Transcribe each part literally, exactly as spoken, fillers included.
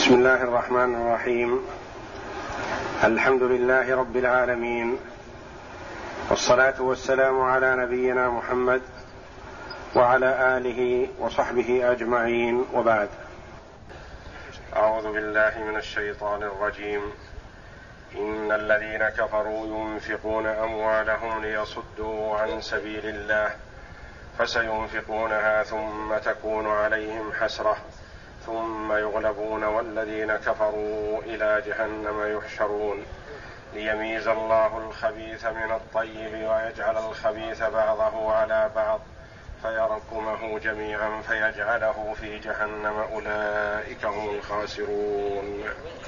بسم الله الرحمن الرحيم. الحمد لله رب العالمين، والصلاة والسلام على نبينا محمد وعلى آله وصحبه أجمعين، وبعد. أعوذ بالله من الشيطان الرجيم. إن الذين كفروا ينفقون أموالهم ليصدوا عن سبيل الله فسينفقونها ثم تكون عليهم حسرة ثم يغلبون والذين كفروا إلى جهنم يحشرون ليميز الله الخبيث من الطيب ويجعل الخبيث بعضه على بعض فيركمه جميعا فيجعله في جهنم أولئك هم الخاسرون.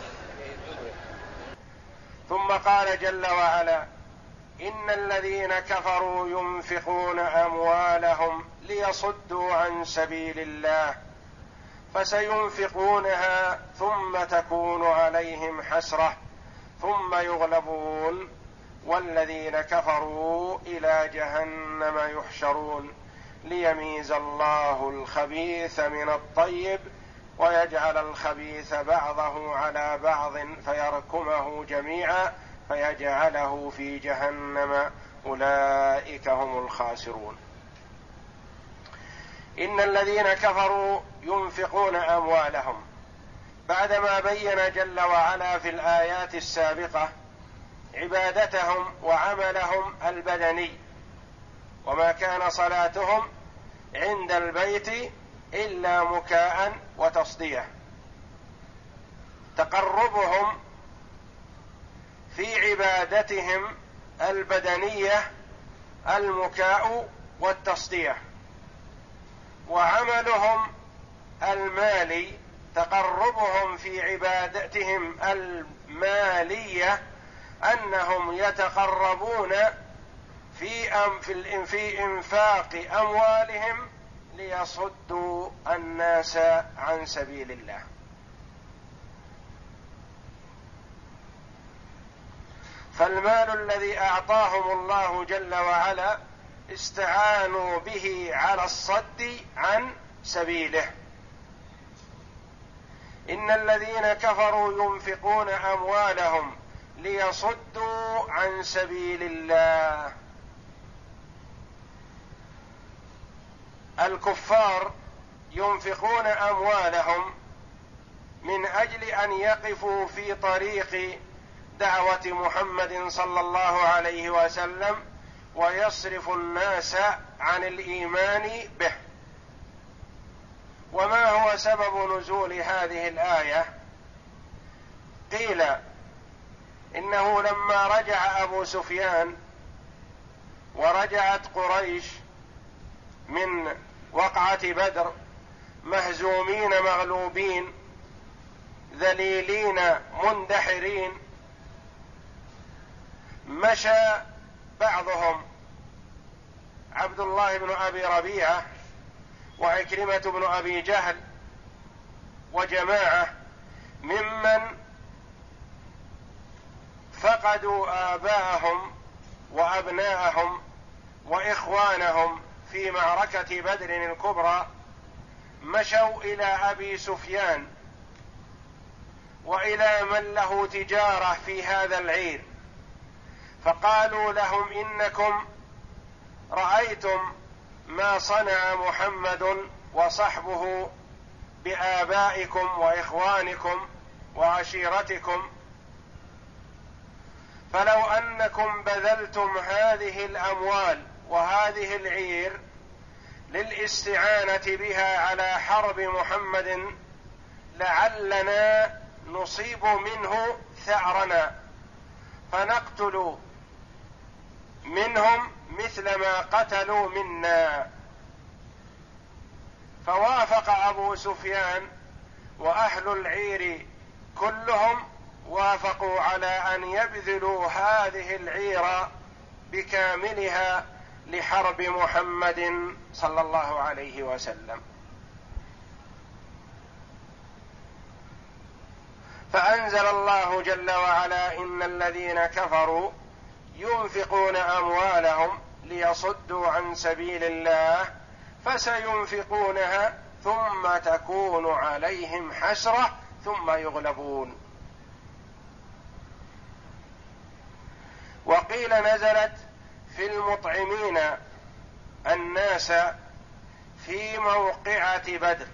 ثم قال جل وعلا: إن الذين كفروا ينفقون أموالهم ليصدوا عن سبيل الله فسينفقونها ثم تكون عليهم حسرة ثم يغلبون والذين كفروا إلى جهنم يحشرون ليميز الله الخبيث من الطيب ويجعل الخبيث بعضه على بعض فيركمه جميعا فيجعله في جهنم أولئك هم الخاسرون. إن الذين كفروا ينفقون أموالهم، بعدما بين جل وعلا في الآيات السابقة عبادتهم وعملهم البدني، وما كان صلاتهم عند البيت إلا مكاء وتصدية، تقربهم في عبادتهم البدنية المكاء والتصدية، وعملهم المالي تقربهم في عبادتهم المالية أنهم يتقربون في أم في, في إنفاق أموالهم ليصدوا الناس عن سبيل الله. فالمال الذي أعطاهم الله جل وعلا استعانوا به على الصد عن سبيله. إن الذين كفروا ينفقون أموالهم ليصدوا عن سبيل الله. الكفار ينفقون أموالهم من أجل أن يقفوا في طريق دعوة محمد صلى الله عليه وسلم ويصرف الناس عن الإيمان به. وما هو سبب نزول هذه الآية؟ قيل إنه لما رجع أبو سفيان ورجعت قريش من وقعة بدر مهزومين مغلوبين ذليلين مندحرين، مشى بعضهم عبد الله بن أبي ربيعة وعكرمة بن أبي جهل وجماعة ممن فقدوا آباءهم وأبناءهم وإخوانهم في معركة بدر الكبرى، مشوا إلى أبي سفيان وإلى من له تجارة في هذا العير، فقالوا لهم: إنكم رأيتم ما صنع محمد وصحبه بآبائكم وإخوانكم وعشيرتكم، فلو أنكم بذلتم هذه الأموال وهذه العير للاستعانة بها على حرب محمد لعلنا نصيب منه ثأرنا فنقتل منهم مثل ما قتلوا منا. فوافق أبو سفيان وأهل العير كلهم وافقوا على أن يبذلوا هذه العير بكاملها لحرب محمد صلى الله عليه وسلم. فأنزل الله جل وعلا: إن الذين كفروا ينفقون أموالهم ليصدوا عن سبيل الله فسينفقونها ثم تكون عليهم حسرة ثم يغلبون. وقيل نزلت في المطعمين الناس في موقعة بدر،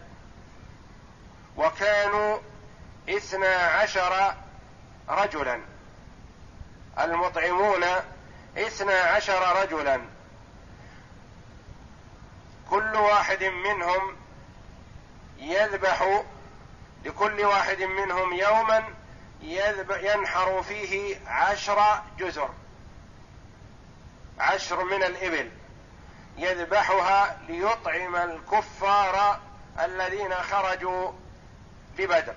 وكانوا اثنا عشر رجلا، المطعمون اثنا عشر رجلا، كل واحد منهم يذبح لكل واحد منهم يوما ينحر فيه عشر جزر، عشر من الإبل يذبحها ليطعم الكفار الذين خرجوا لبدر،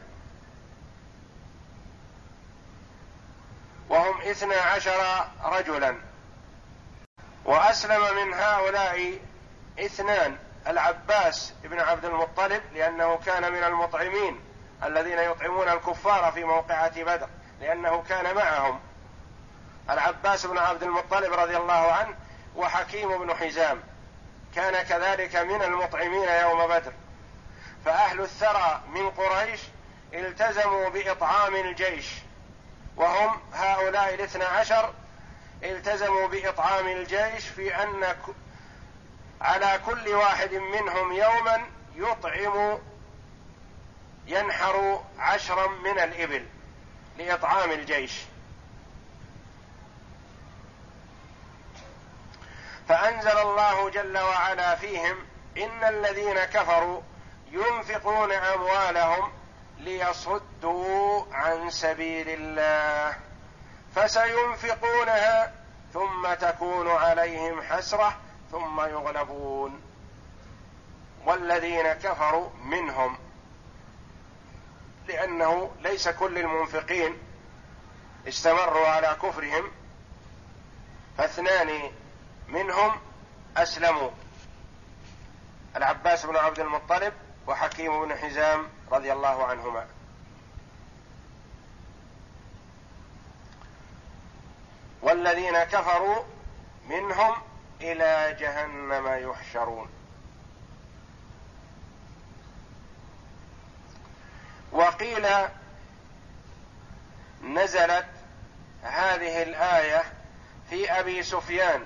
وهم اثنا عشر رجلا. وأسلم من هؤلاء اثنان، العباس بن عبد المطلب لأنه كان من المطعمين الذين يطعمون الكفار في موقعة بدر، لأنه كان معهم، العباس بن عبد المطلب رضي الله عنه، وحكيم بن حزام كان كذلك من المطعمين يوم بدر. فأهل الثرى من قريش التزموا بإطعام الجيش، وهم هؤلاء الاثنى عشر التزموا بإطعام الجيش في أن على كل واحد منهم يوما يطعم ينحر عشرا من الإبل لإطعام الجيش. فأنزل الله جل وعلا فيهم: إن الذين كفروا ينفقون أموالهم ليصدوا عن سبيل الله فسينفقونها ثم تكون عليهم حسرة ثم يغلبون. والذين كفروا منهم، لأنه ليس كل المنفقين استمروا على كفرهم، فاثنان منهم أسلموا، العباس بن عبد المطلب وحكيم بن حزام رضي الله عنهما. والذين كفروا منهم إلى جهنم يحشرون. وقيل نزلت هذه الآية في أبي سفيان،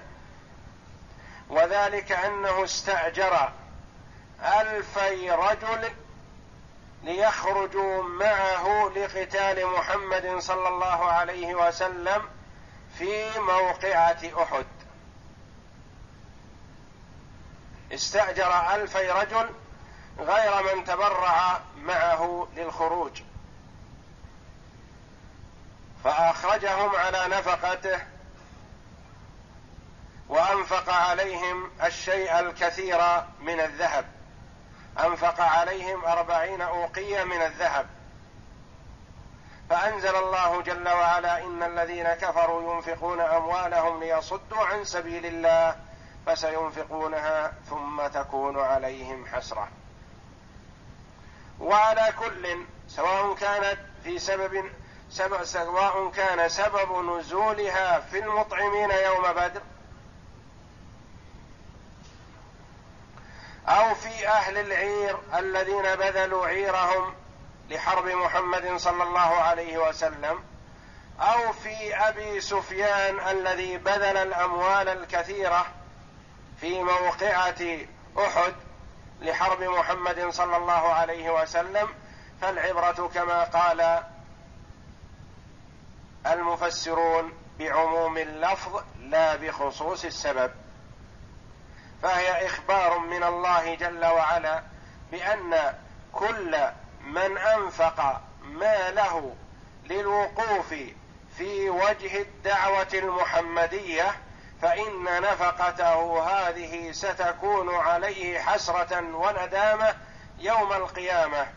وذلك أنه استأجر ألفي رجل ليخرجوا معه لقتال محمد صلى الله عليه وسلم في موقعة أحد. استأجر ألفي رجل غير من تبرع معه للخروج، فأخرجهم على نفقته وأنفق عليهم الشيء الكثير من الذهب، أنفق عليهم أربعين أوقية من الذهب. فأنزل الله جل وعلا: إن الذين كفروا ينفقون أموالهم ليصدوا عن سبيل الله فسينفقونها ثم تكون عليهم حسرة. وعلى كل، سواء كانت في سبب سبب سواء كان سبب نزولها في المطعمين يوم بدر أو في أهل العير الذين بذلوا عيرهم لحرب محمد صلى الله عليه وسلم، أو في أبي سفيان الذي بذل الأموال الكثيرة في موقعة أحد لحرب محمد صلى الله عليه وسلم، فالعبرة كما قال المفسرون بعموم اللفظ لا بخصوص السبب. فهي إخبار من الله جل وعلا بأن كل من أنفق ماله للوقوف في وجه الدعوة المحمدية فإن نفقته هذه ستكون عليه حسرة وندامة يوم القيامة،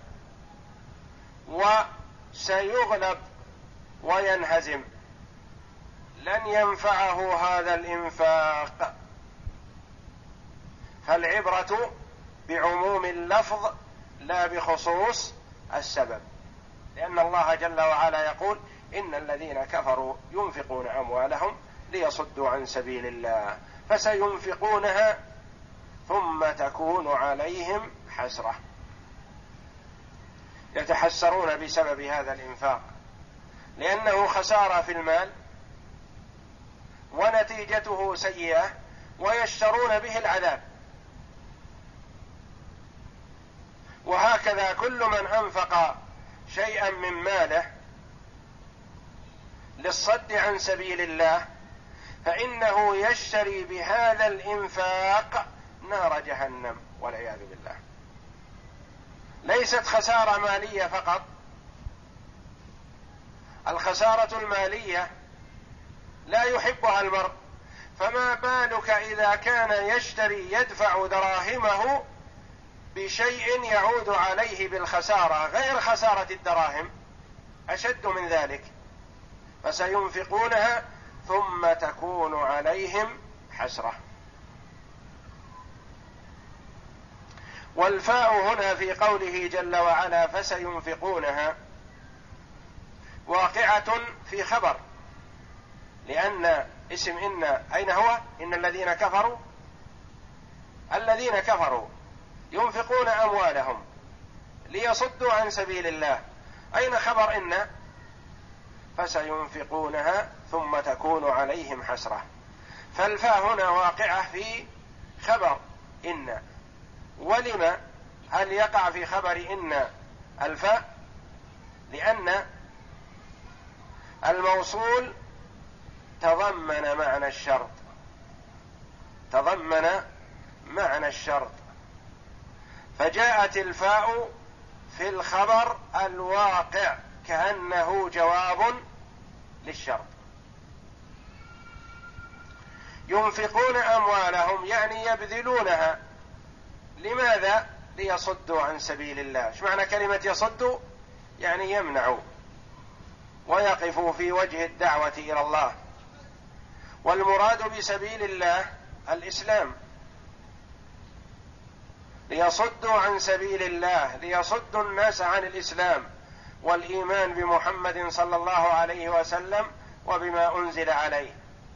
وسيغلب وينهزم، لن ينفعه هذا الإنفاق. فالعبرة بعموم اللفظ لا بخصوص السبب، لأن الله جل وعلا يقول: إن الذين كفروا ينفقون أموالهم ليصدوا عن سبيل الله فسينفقونها ثم تكون عليهم حسرة. يتحسرون بسبب هذا الإنفاق، لأنه خسارة في المال ونتيجته سيئة، ويشترون به العذاب. وهكذا كل من أنفق شيئا من ماله للصد عن سبيل الله فإنه يشتري بهذا الإنفاق نار جهنم والعياذ بالله. ليست خسارة مالية فقط، الخسارة المالية لا يحبها المرء، فما بالك إذا كان يشتري يدفع دراهمه بشيء يعود عليه بالخسارة غير خسارة الدراهم، أشد من ذلك. فسينفقونها ثم تكون عليهم حسرة. والفاء هنا في قوله جل وعلا فسينفقونها واقعة في خبر، لأن اسم إن أين هو؟ إن الذين كفروا الذين كفروا ينفقون أموالهم ليصدوا عن سبيل الله. أين خبر إن؟ فسينفقونها ثم تكون عليهم حسرة. فالفاء هنا واقعة في خبر إن. ولما هل يقع في خبر إن الفاء؟ لأن الموصول تضمن معنى الشرط، تضمن معنى الشرط، فجاءت الفاء في الخبر الواقع كأنه جواب للشرط. ينفقون أموالهم يعني يبذلونها، لماذا؟ ليصدوا عن سبيل الله. ايش معنى كلمة يصدوا؟ يعني يمنعوا ويقفوا في وجه الدعوة إلى الله. والمراد بسبيل الله الإسلام، ليصدوا عن سبيل الله، ليصدوا الناس عن الإسلام والإيمان بمحمد صلى الله عليه وسلم وبما أنزل عليه،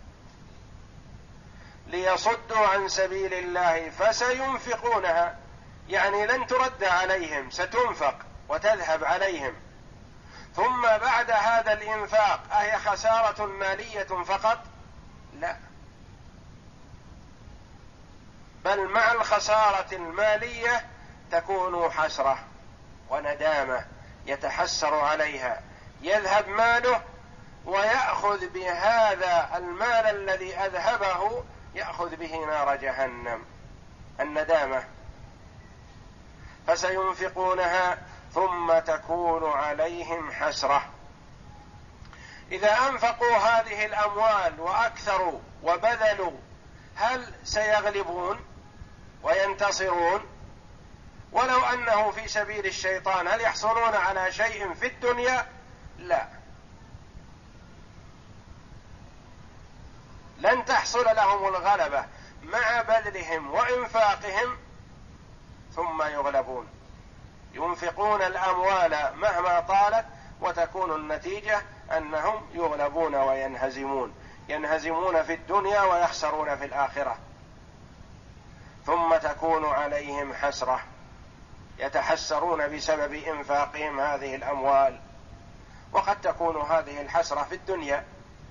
ليصدوا عن سبيل الله. فسينفقونها يعني لن ترد عليهم، ستنفق وتذهب عليهم. ثم بعد هذا الإنفاق أهي خسارة مالية فقط؟ لا، بل مع الخسارة المالية تكون حسرة وندامة يتحسر عليها، يذهب ماله ويأخذ بهذا المال الذي أذهبه، يأخذ به نار جهنم، الندامة. فسينفقونها ثم تكون عليهم حسرة. إذا أنفقوا هذه الأموال وأكثروا وبذلوا هل سيغلبون وينتصرون؟ ولو أنه في سبيل الشيطان هل يحصلون على شيء في الدنيا؟ لا، لن تحصل لهم الغلبة مع بذلهم وإنفاقهم ثم يغلبون. ينفقون الأموال مهما طالت وتكون النتيجة أنهم يغلبون وينهزمون، ينهزمون في الدنيا ويخسرون في الآخرة. ثم تكون عليهم حسرة، يتحسرون بسبب إنفاقهم هذه الأموال. وقد تكون هذه الحسرة في الدنيا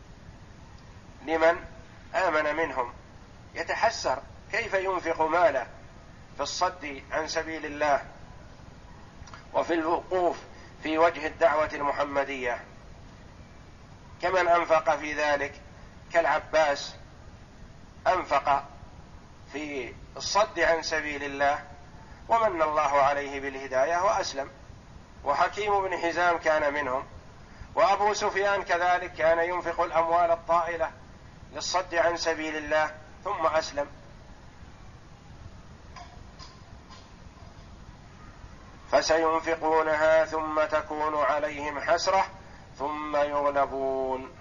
لمن آمن منهم، يتحسر كيف ينفق ماله في الصد عن سبيل الله وفي الوقوف في وجه الدعوة المحمدية، كمن أنفق في ذلك كالعباس، أنفق في الصد عن سبيل الله ومن الله عليه بالهداية وأسلم. وحكيم بن حزام كان منهم، وأبو سفيان كذلك كان ينفق الأموال الطائلة للصد عن سبيل الله ثم أسلم. فسينفقونها ثم تكون عليهم حسرة ثم يغلبون.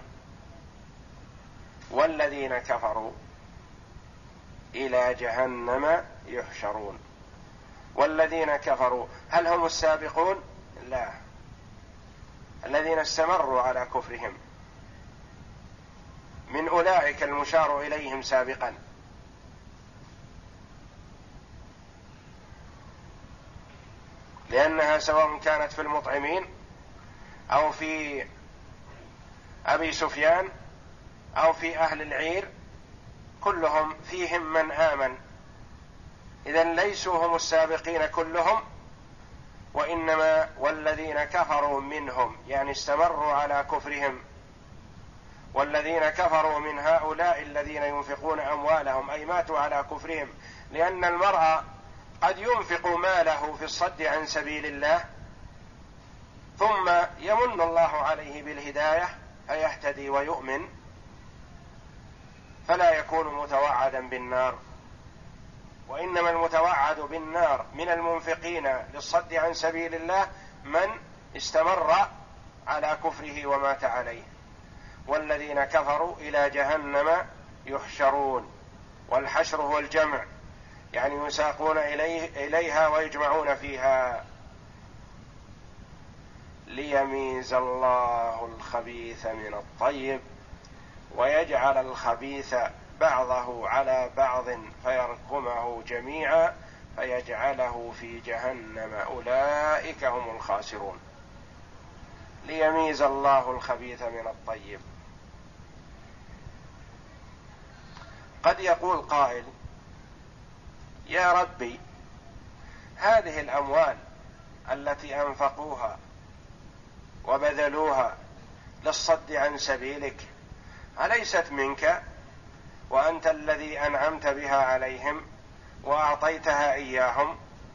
والذين كفروا إلى جهنم يحشرون. والذين كفروا هل هم السابقون؟ لا، الذين استمروا على كفرهم من أولئك المشار إليهم سابقا. لأنها سواء كانت في المطعمين أو في أبي سفيان أو في أهل العير كلهم فيهم من آمن، إذن ليسوا هم السابقين كلهم، وإنما والذين كفروا منهم، يعني استمروا على كفرهم. والذين كفروا من هؤلاء الذين ينفقون أموالهم أي ماتوا على كفرهم، لأن المرء قد ينفق ماله في الصد عن سبيل الله ثم يمن الله عليه بالهداية فيهتدي ويؤمن فلا يكون متوعدا بالنار، وإنما المتوعد بالنار من المنفقين للصد عن سبيل الله من استمر على كفره ومات عليه. والذين كفروا إلى جهنم يحشرون، والحشر هو الجمع، يعني يساقون إليه إليها ويجمعون فيها. ليميز الله الخبيث من الطيب ويجعل الخبيث بعضه على بعض فيركمه جميعا فيجعله في جهنم أولئك هم الخاسرون. ليميز الله الخبيث من الطيب. قد يقول قائل: يا ربي، هذه الأموال التي أنفقوها وبذلوها للصد عن سبيلك أليست منك وأنت الذي أنعمت بها عليهم وأعطيتها إياهم؟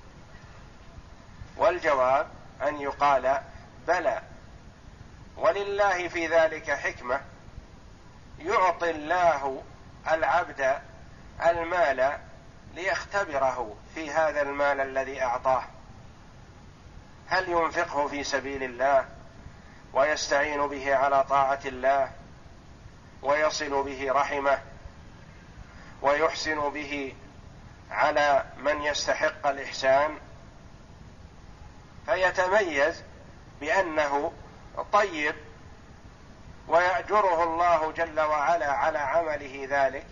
والجواب أن يقال: بلى، ولله في ذلك حكمة. يعطي الله العبد المال ليختبره في هذا المال الذي أعطاه، هل ينفقه في سبيل الله ويستعين به على طاعة الله ويصل به رحمه ويحسن به على من يستحق الإحسان، فيتميز بأنه طيب ويأجره الله جل وعلا على عمله ذلك،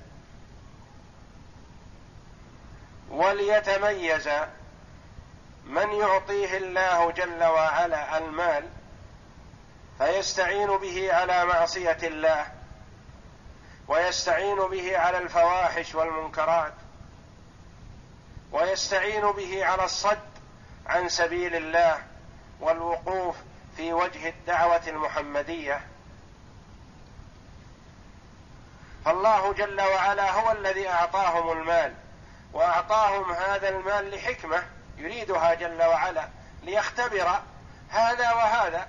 وليتميز من يعطيه الله جل وعلا المال فيستعين به على معصية الله ويستعين به على الفواحش والمنكرات ويستعين به على الصد عن سبيل الله والوقوف في وجه الدعوة المحمدية. فالله جل وعلا هو الذي أعطاهم المال، وأعطاهم هذا المال لحكمة يريدها جل وعلا ليختبر هذا وهذا،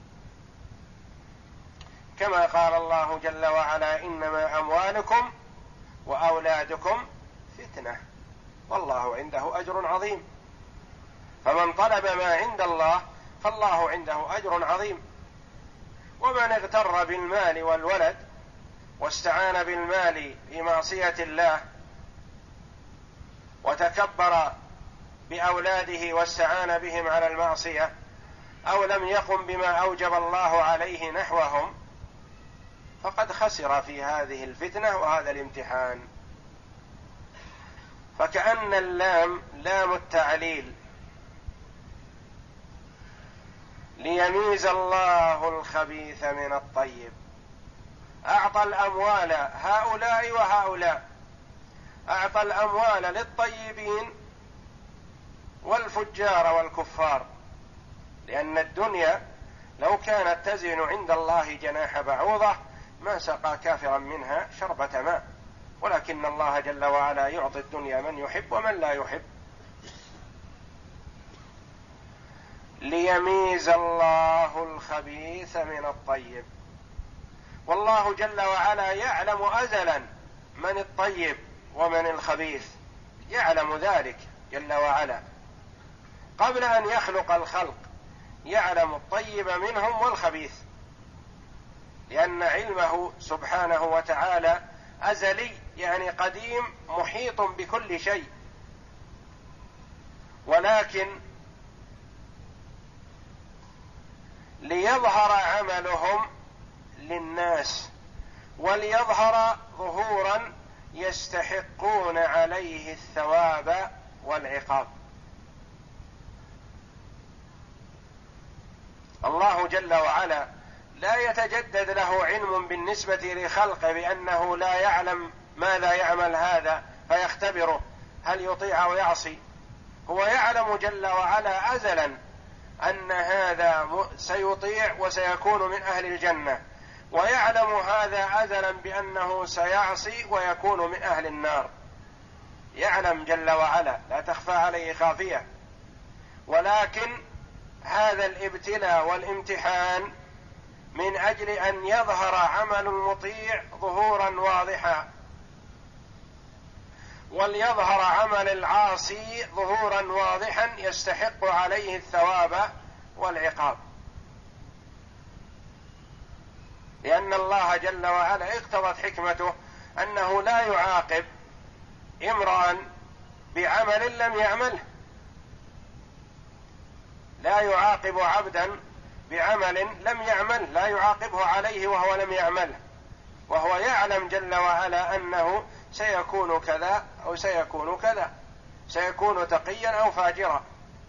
كما قال الله جل وعلا: إنما أموالكم وأولادكم فتنة والله عنده أجر عظيم. فمن طلب ما عند الله فالله عنده أجر عظيم، ومن اغتر بالمال والولد واستعان بالمال في معصية الله وتكبر بأولاده واستعان بهم على المعصية أو لم يقم بما أوجب الله عليه نحوهم فقد خسر في هذه الفتنة وهذا الامتحان. فكأن اللام لام التعليل، ليميز الله الخبيث من الطيب. أعطى الأموال هؤلاء وهؤلاء، أعطى الأموال للطيبين والفجار والكفار، لأن الدنيا لو كانت تزن عند الله جناح بعوضة ما سقى كافرا منها شربة ماء، ولكن الله جل وعلا يعطي الدنيا من يحب ومن لا يحب. ليميز الله الخبيث من الطيب. والله جل وعلا يعلم أزلا من الطيب ومن الخبيث، يعلم ذلك جل وعلا قبل أن يخلق الخلق، يعلم الطيب منهم والخبيث، لأن علمه سبحانه وتعالى أزلي، يعني قديم محيط بكل شيء. ولكن ليظهر عملهم للناس وليظهر ظهورا يستحقون عليه الثواب والعقاب. الله جل وعلا لا يتجدد له علم بالنسبة لخلقه بأنه لا يعلم ماذا يعمل هذا فيختبره هل يطيع أو يعصي. هو يعلم جل وعلا أزلا أن هذا سيطيع وسيكون من أهل الجنة، ويعلم هذا أزلا بأنه سيعصي ويكون من أهل النار. يعلم جل وعلا، لا تخفى عليه خافية. ولكن هذا الابتلاء والامتحان من أجل أن يظهر عمل المطيع ظهورا واضحا، وليظهر عمل العاصي ظهورا واضحا يستحق عليه الثواب والعقاب. لأن الله جل وعلا اقتضت حكمته أنه لا يعاقب امرأ بعمل لم يعمله، لا يعاقب عبدا بعمل لم يعمل، لا يعاقبه عليه وهو لم يعمله، وهو يعلم جل وعلا أنه سيكون كذا أو سيكون كذا، سيكون تقيا أو فاجرا.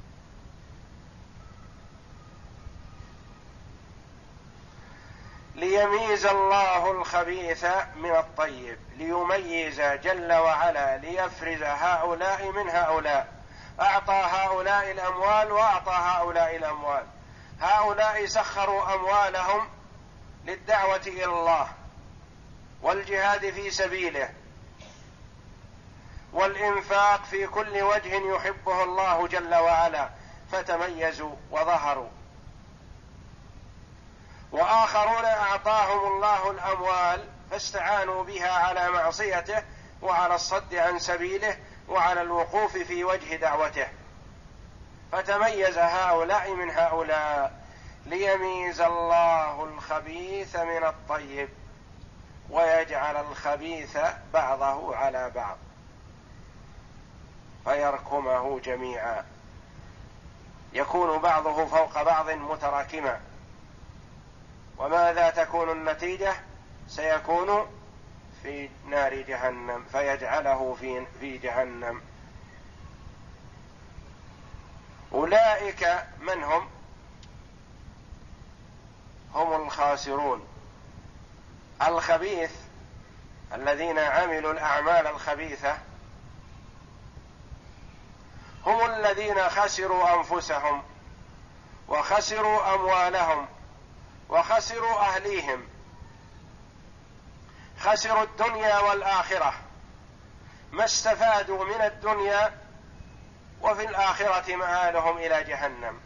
ليميز الله الخبيث من الطيب، ليميز جل وعلا، ليفرز هؤلاء من هؤلاء. أعطى هؤلاء الأموال وأعطى هؤلاء الأموال. هؤلاء سخروا أموالهم للدعوة إلى الله والجهاد في سبيله والإنفاق في كل وجه يحبه الله جل وعلا، فتميزوا وظهروا. وآخرون أعطاهم الله الأموال فاستعانوا بها على معصيته وعلى الصد عن سبيله وعلى الوقوف في وجه دعوته، فتميز هؤلاء من هؤلاء. ليميز الله الخبيث من الطيب ويجعل الخبيث بعضه على بعض فيركمه جميعا، يكون بعضه فوق بعض متراكما. وماذا تكون النتيجة؟ سيكون في نار جهنم، فيجعله في في جهنم. أولئك من هم؟ هم الخاسرون. الخبيث الذين عملوا الأعمال الخبيثة هم الذين خسروا أنفسهم وخسروا أموالهم وخسروا أهليهم، خسروا الدنيا والآخرة، ما استفادوا من الدنيا، وفي الآخرة مآلهم إلى جهنم.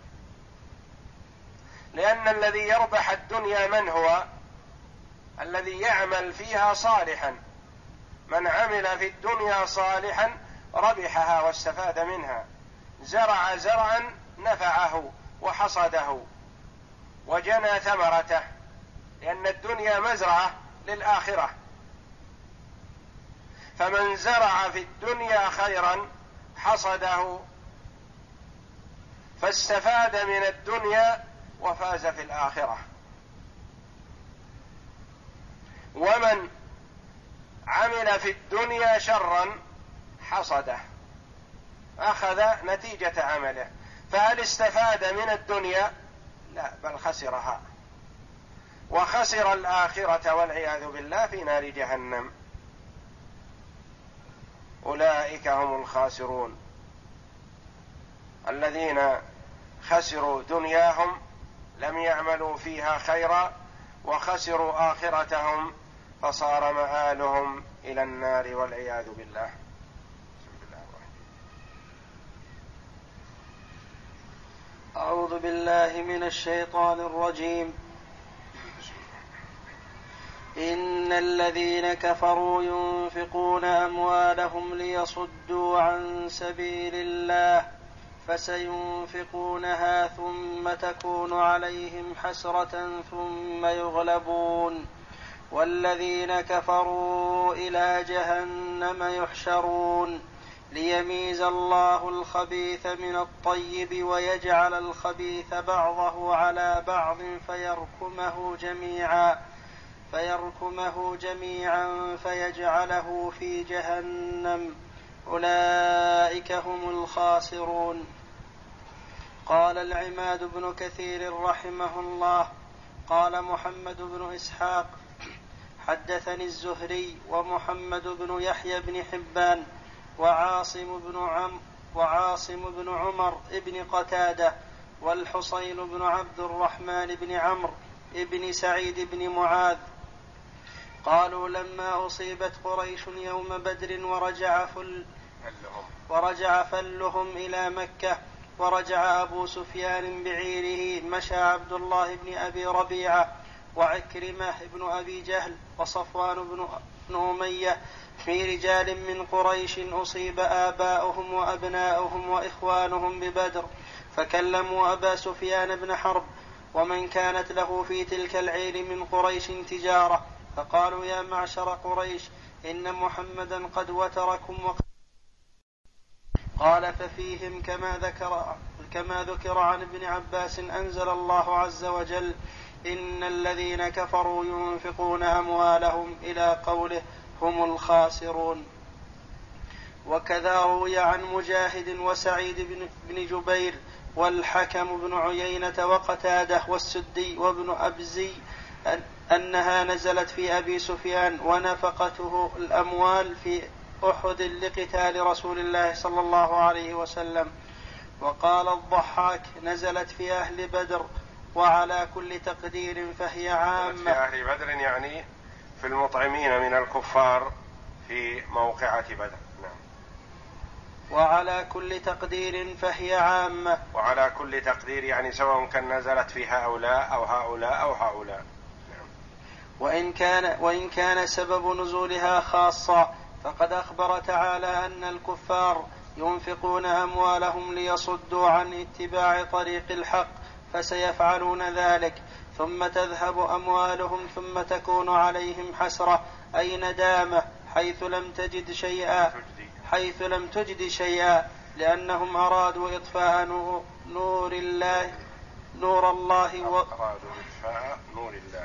لأن الذي يربح الدنيا من هو؟ الذي يعمل فيها صالحا. من عمل في الدنيا صالحا ربحها واستفاد منها، زرع زرعا نفعه وحصده وجنى ثمرته، لأن الدنيا مزرعة للآخرة. فمن زرع في الدنيا خيرا حصده فاستفاد من الدنيا وفاز في الآخرة. ومن عمل في الدنيا شرا حصده، أخذ نتيجة عمله. فهل استفاد من الدنيا؟ لا، بل خسرها وخسر الآخرة والعياذ بالله في نار جهنم. أولئك هم الخاسرون الذين خسروا دنياهم لم يعملوا فيها خيرا، وخسروا آخرتهم فصار مآلهم إلى النار والعياذ بالله. أعوذ بالله من الشيطان الرجيم. إن الذين كفروا ينفقون أموالهم ليصدوا عن سبيل الله فسينفقونها ثم تكون عليهم حسرة ثم يغلبون والذين كفروا إلى جهنم يحشرون ليميز الله الخبيث من الطيب ويجعل الخبيث بعضه على بعض فيركمه جميعا فيركمه جميعا فيجعله في جهنم. أولئك هم الخاسرون. قال العماد بن كثير رحمه الله قال محمد بن إسحاق حدثني الزهري ومحمد بن يحيى بن حبان وعاصم بن عم وعاصم بن عمر بن قتادة والحصين بن عبد الرحمن بن عمرو بن سعيد بن معاذ قالوا لما أصيبت قريش يوم بدر ورجع, فل ورجع فلهم إلى مكة ورجع أبو سفيان بعيره مشى عبد الله بن أبي ربيعة وعكرمة بن أبي جهل وصفوان بن أمية في رجال من قريش أصيب آباؤهم وأبناؤهم وإخوانهم ببدر فكلموا أبا سفيان بن حرب ومن كانت له في تلك العير من قريش تجارة فقالوا يا معشر قريش إن محمدا قد وتركم وقد قال ففيهم كما ذكر, كما ذكر عن ابن عباس أنزل الله عز وجل إن الذين كفروا ينفقون أموالهم إلى قوله هم الخاسرون. وكذا روي عن مجاهد وسعيد بن جبير والحكم بن عيينة وقتادة والسدي وابن أبزي أنها نزلت في أبي سفيان ونفقته الأموال في أحد لقتال رسول الله صلى الله عليه وسلم. وقال الضحاك نزلت في أهل بدر وعلى كل تقدير فهي عامة. في أهل بدر يعني في المطعمين من الكفار في موقعة بدر. نعم. وعلى كل تقدير فهي عامة. وعلى كل تقدير يعني سواء كان نزلت في هؤلاء أو هؤلاء أو هؤلاء. نعم. وإن كان, وإن كان سبب نزولها خاصة فقد أخبر تعالى أن الكفار ينفقون أموالهم ليصدوا عن اتباع طريق الحق فسيفعلون ذلك ثم تذهب أموالهم ثم تكون عليهم حسرة أي ندامة حيث لم تجد شيئا حيث لم تجد شيئا لأنهم أرادوا إطفاء نور الله نور الله و... أرادوا إطفاء نور الله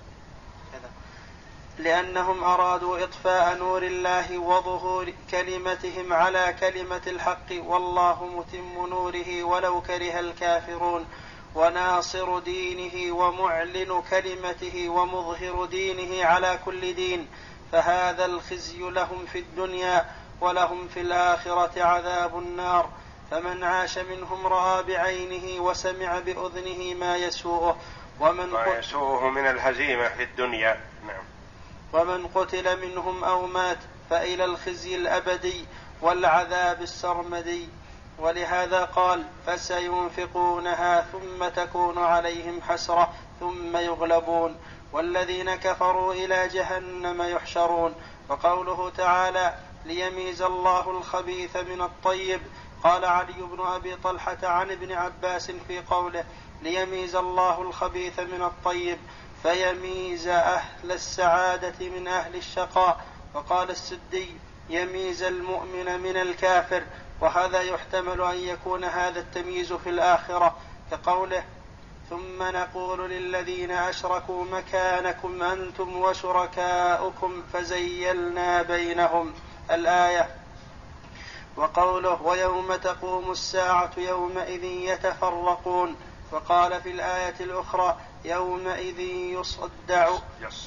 لأنهم أرادوا إطفاء نور الله وظهور كلمتهم على كلمة الحق والله متم نوره ولو كره الكافرون وناصر دينه ومعلن كلمته ومظهر دينه على كل دين فهذا الخزي لهم في الدنيا ولهم في الآخرة عذاب النار. فمن عاش منهم رأى بعينه وسمع بأذنه ما يسوءه ومن ما يسوءه من الهزيمة في الدنيا. نعم. ومن قتل منهم أو مات فإلى الخزي الأبدي والعذاب السرمدي. ولهذا قال فسينفقونها ثم تكون عليهم حسرة ثم يغلبون والذين كفروا إلى جهنم يحشرون. وقوله تعالى ليميز الله الخبيث من الطيب قال علي بن أبي طلحة عن ابن عباس في قوله ليميز الله الخبيث من الطيب فيميز أهل السعادة من أهل الشقاء. وقال السدي يميز المؤمن من الكافر وهذا يحتمل أن يكون هذا التمييز في الآخرة كقوله ثم نقول للذين أشركوا مكانكم أنتم وشركاؤكم فزيلنا بينهم الآية. وقوله ويوم تقوم الساعة يومئذ يتفرقون. وقال في الآية الأخرى يومئذ يصدعون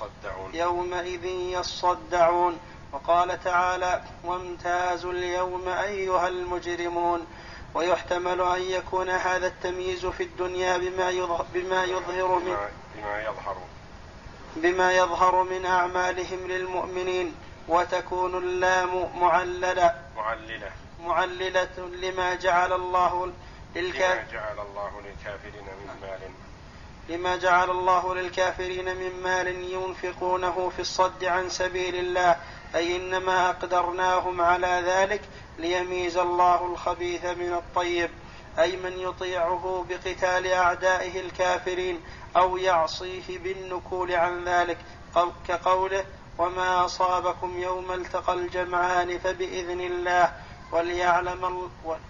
يومئذ يصدعون. وقال تعالى وامتازوا اليوم أيها المجرمون. ويحتمل أن يكون هذا التمييز في الدنيا بما يظهر, بما يظهر من بما يظهر بما يظهر من أعمالهم للمؤمنين وتكون اللام معللة معللة معللة لما جعل الله للكافرين جعل الله للكافرين من مال لما جعل الله للكافرين من مال ينفقونه في الصد عن سبيل الله أي إنما أقدرناهم على ذلك ليميز الله الخبيث من الطيب أي من يطيعه بقتال أعدائه الكافرين أو يعصيه بالنكول عن ذلك كقوله وما أصابكم يوم التقى الجمعان فبإذن الله وليعلم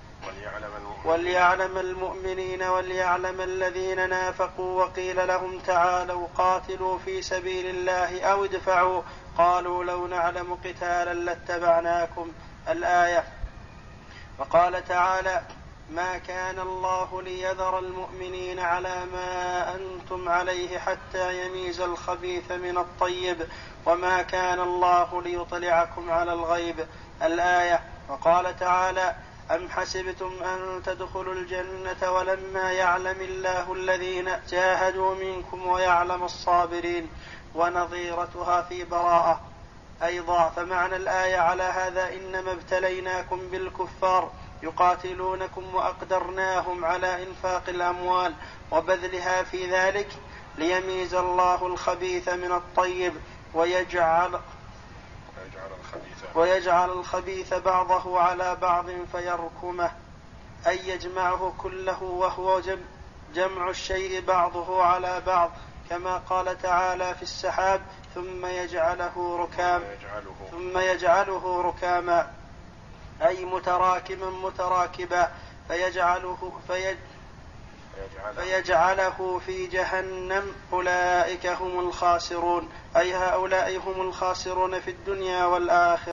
وليعلم المؤمنين وليعلم الذين نافقوا. وقيل لهم تعالوا قاتلوا في سبيل الله أو ادفعوا قالوا لو نعلم قتالا لاتبعناكم الآية. وقال تعالى ما كان الله ليذر المؤمنين على ما أنتم عليه حتى يميز الخبيث من الطيب وما كان الله ليطلعكم على الغيب. الآية. وقال تعالى: أم حسبتم أن تدخلوا الجنة ولما يعلم الله الذين جاهدوا منكم ويعلم الصابرين. ونظيرتها في براءة أيضا. فمعنى الآية على هذا: إنما ابتليناكم بالكفار يقاتلونكم وأقدرناهم على إنفاق الأموال وبذلها في ذلك ليميز الله الخبيث من الطيب ويجعل ويجعل الخبيث بعضه على بعض فيركمه، أي يجمعه كله، وهو جمع الشيء بعضه على بعض، كما قال تعالى في السحاب: ثم يجعله ركام ثم يجعله ركاما، أي متراكما متراكبا، فيجعله, في فيجعله في جهنم. أولئك هم الخاسرون، أي هؤلاء هم الخاسرون في الدنيا والآخرة.